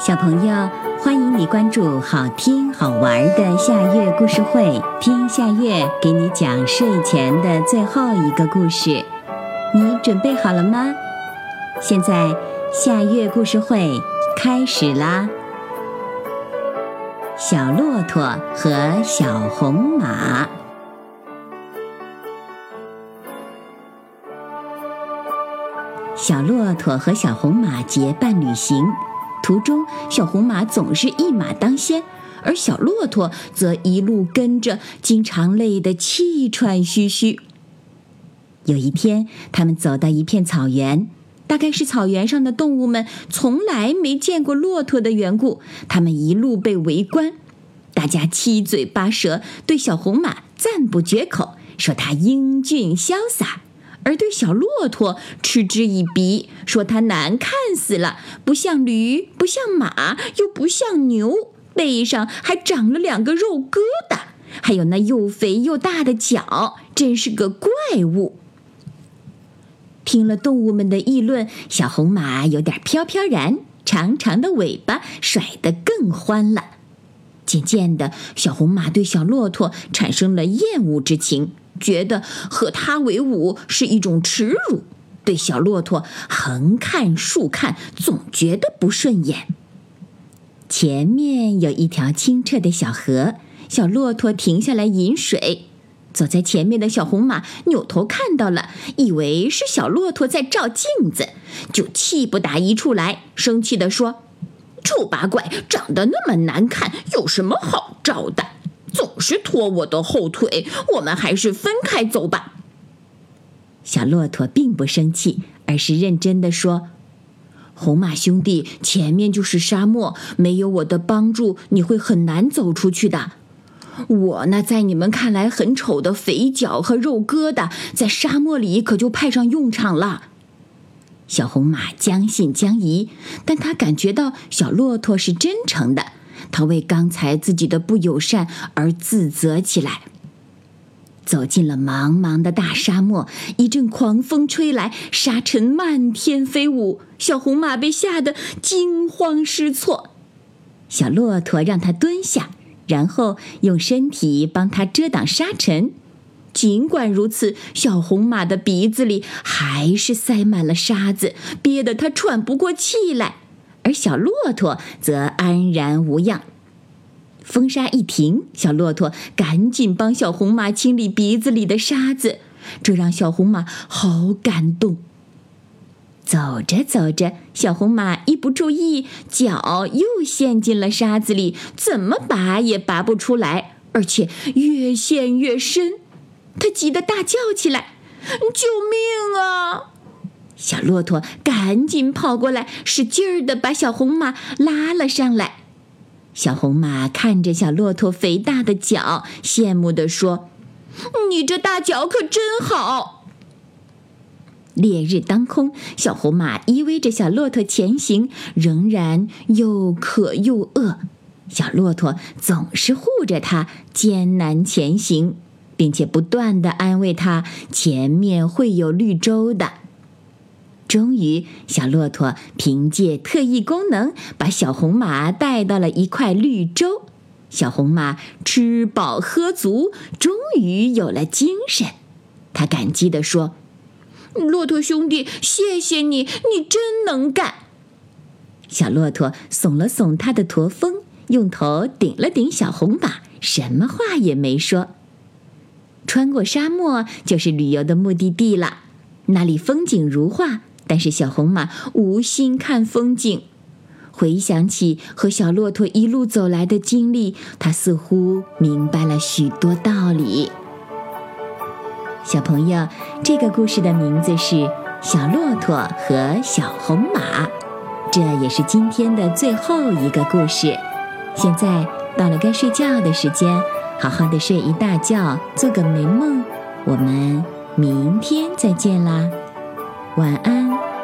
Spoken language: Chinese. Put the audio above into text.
小朋友，欢迎你关注好听好玩的夏月故事会，听夏月给你讲睡前的最后一个故事。你准备好了吗？现在夏月故事会开始啦！小骆驼和小红马。小骆驼和小红马结伴旅行，途中小红马总是一马当先，而小骆驼则一路跟着，经常累得气喘吁吁。有一天，他们走到一片草原，大概是草原上的动物们从来没见过骆驼的缘故，他们一路被围观，大家七嘴八舌，对小红马赞不绝口，说它英俊潇洒，而对小骆驼嗤之以鼻，说它难看死了，不像驴，不像马，又不像牛，背上还长了2个肉疙瘩，还有那又肥又大的脚，真是个怪物。听了动物们的议论，小红马有点飘飘然，长长的尾巴甩得更欢了。渐渐的，小红马对小骆驼产生了厌恶之情，觉得和它为伍是一种耻辱，对小骆驼横看竖看，总觉得不顺眼。前面有一条清澈的小河，小骆驼停下来饮水，走在前面的小红马扭头看到了，以为是小骆驼在照镜子，就气不打一处来，生气地说：丑八怪，长得那么难看，有什么好照的？总是拖我的后腿，我们还是分开走吧。小骆驼并不生气，而是认真地说：红马兄弟，前面就是沙漠，没有我的帮助，你会很难走出去的。我那在你们看来很丑的肥脚和肉疙瘩，在沙漠里可就派上用场了。小红马将信将疑，但他感觉到小骆驼是真诚的，他为刚才自己的不友善而自责起来。走进了茫茫的大沙漠，一阵狂风吹来，沙尘漫天飞舞，小红马被吓得惊慌失措。小骆驼让他蹲下，然后用身体帮他遮挡沙尘。尽管如此，小红马的鼻子里还是塞满了沙子，憋得他喘不过气来，而小骆驼则安然无恙。风沙一停，小骆驼赶紧帮小红马清理鼻子里的沙子，这让小红马好感动。走着走着，小红马一不注意，脚又陷进了沙子里，怎么拔也拔不出来，而且越陷越深。他急得大叫起来：救命啊！小骆驼赶紧跑过来，使劲儿地把小红马拉了上来。小红马看着小骆驼肥大的脚，羡慕地说：你这大脚可真好。烈日当空，小红马依偎着小骆驼前行，仍然又渴又饿。小骆驼总是护着它艰难前行，并且不断地安慰它前面会有绿洲的。终于，小骆驼凭借特异功能把小红马带到了一块绿洲。小红马吃饱喝足，终于有了精神。他感激地说：骆驼兄弟，谢谢你，你真能干。小骆驼耸了耸他的驼峰，用头顶了顶小红马，什么话也没说。穿过沙漠就是旅游的目的地了，那里风景如画，但是小红马无心看风景。回想起和小骆驼一路走来的经历，他似乎明白了许多道理。小朋友，这个故事的名字是《小骆驼和小红马》，这也是今天的最后一个故事。现在到了该睡觉的时间，好好的睡一大觉，做个美梦。我们明天再见啦，晚安。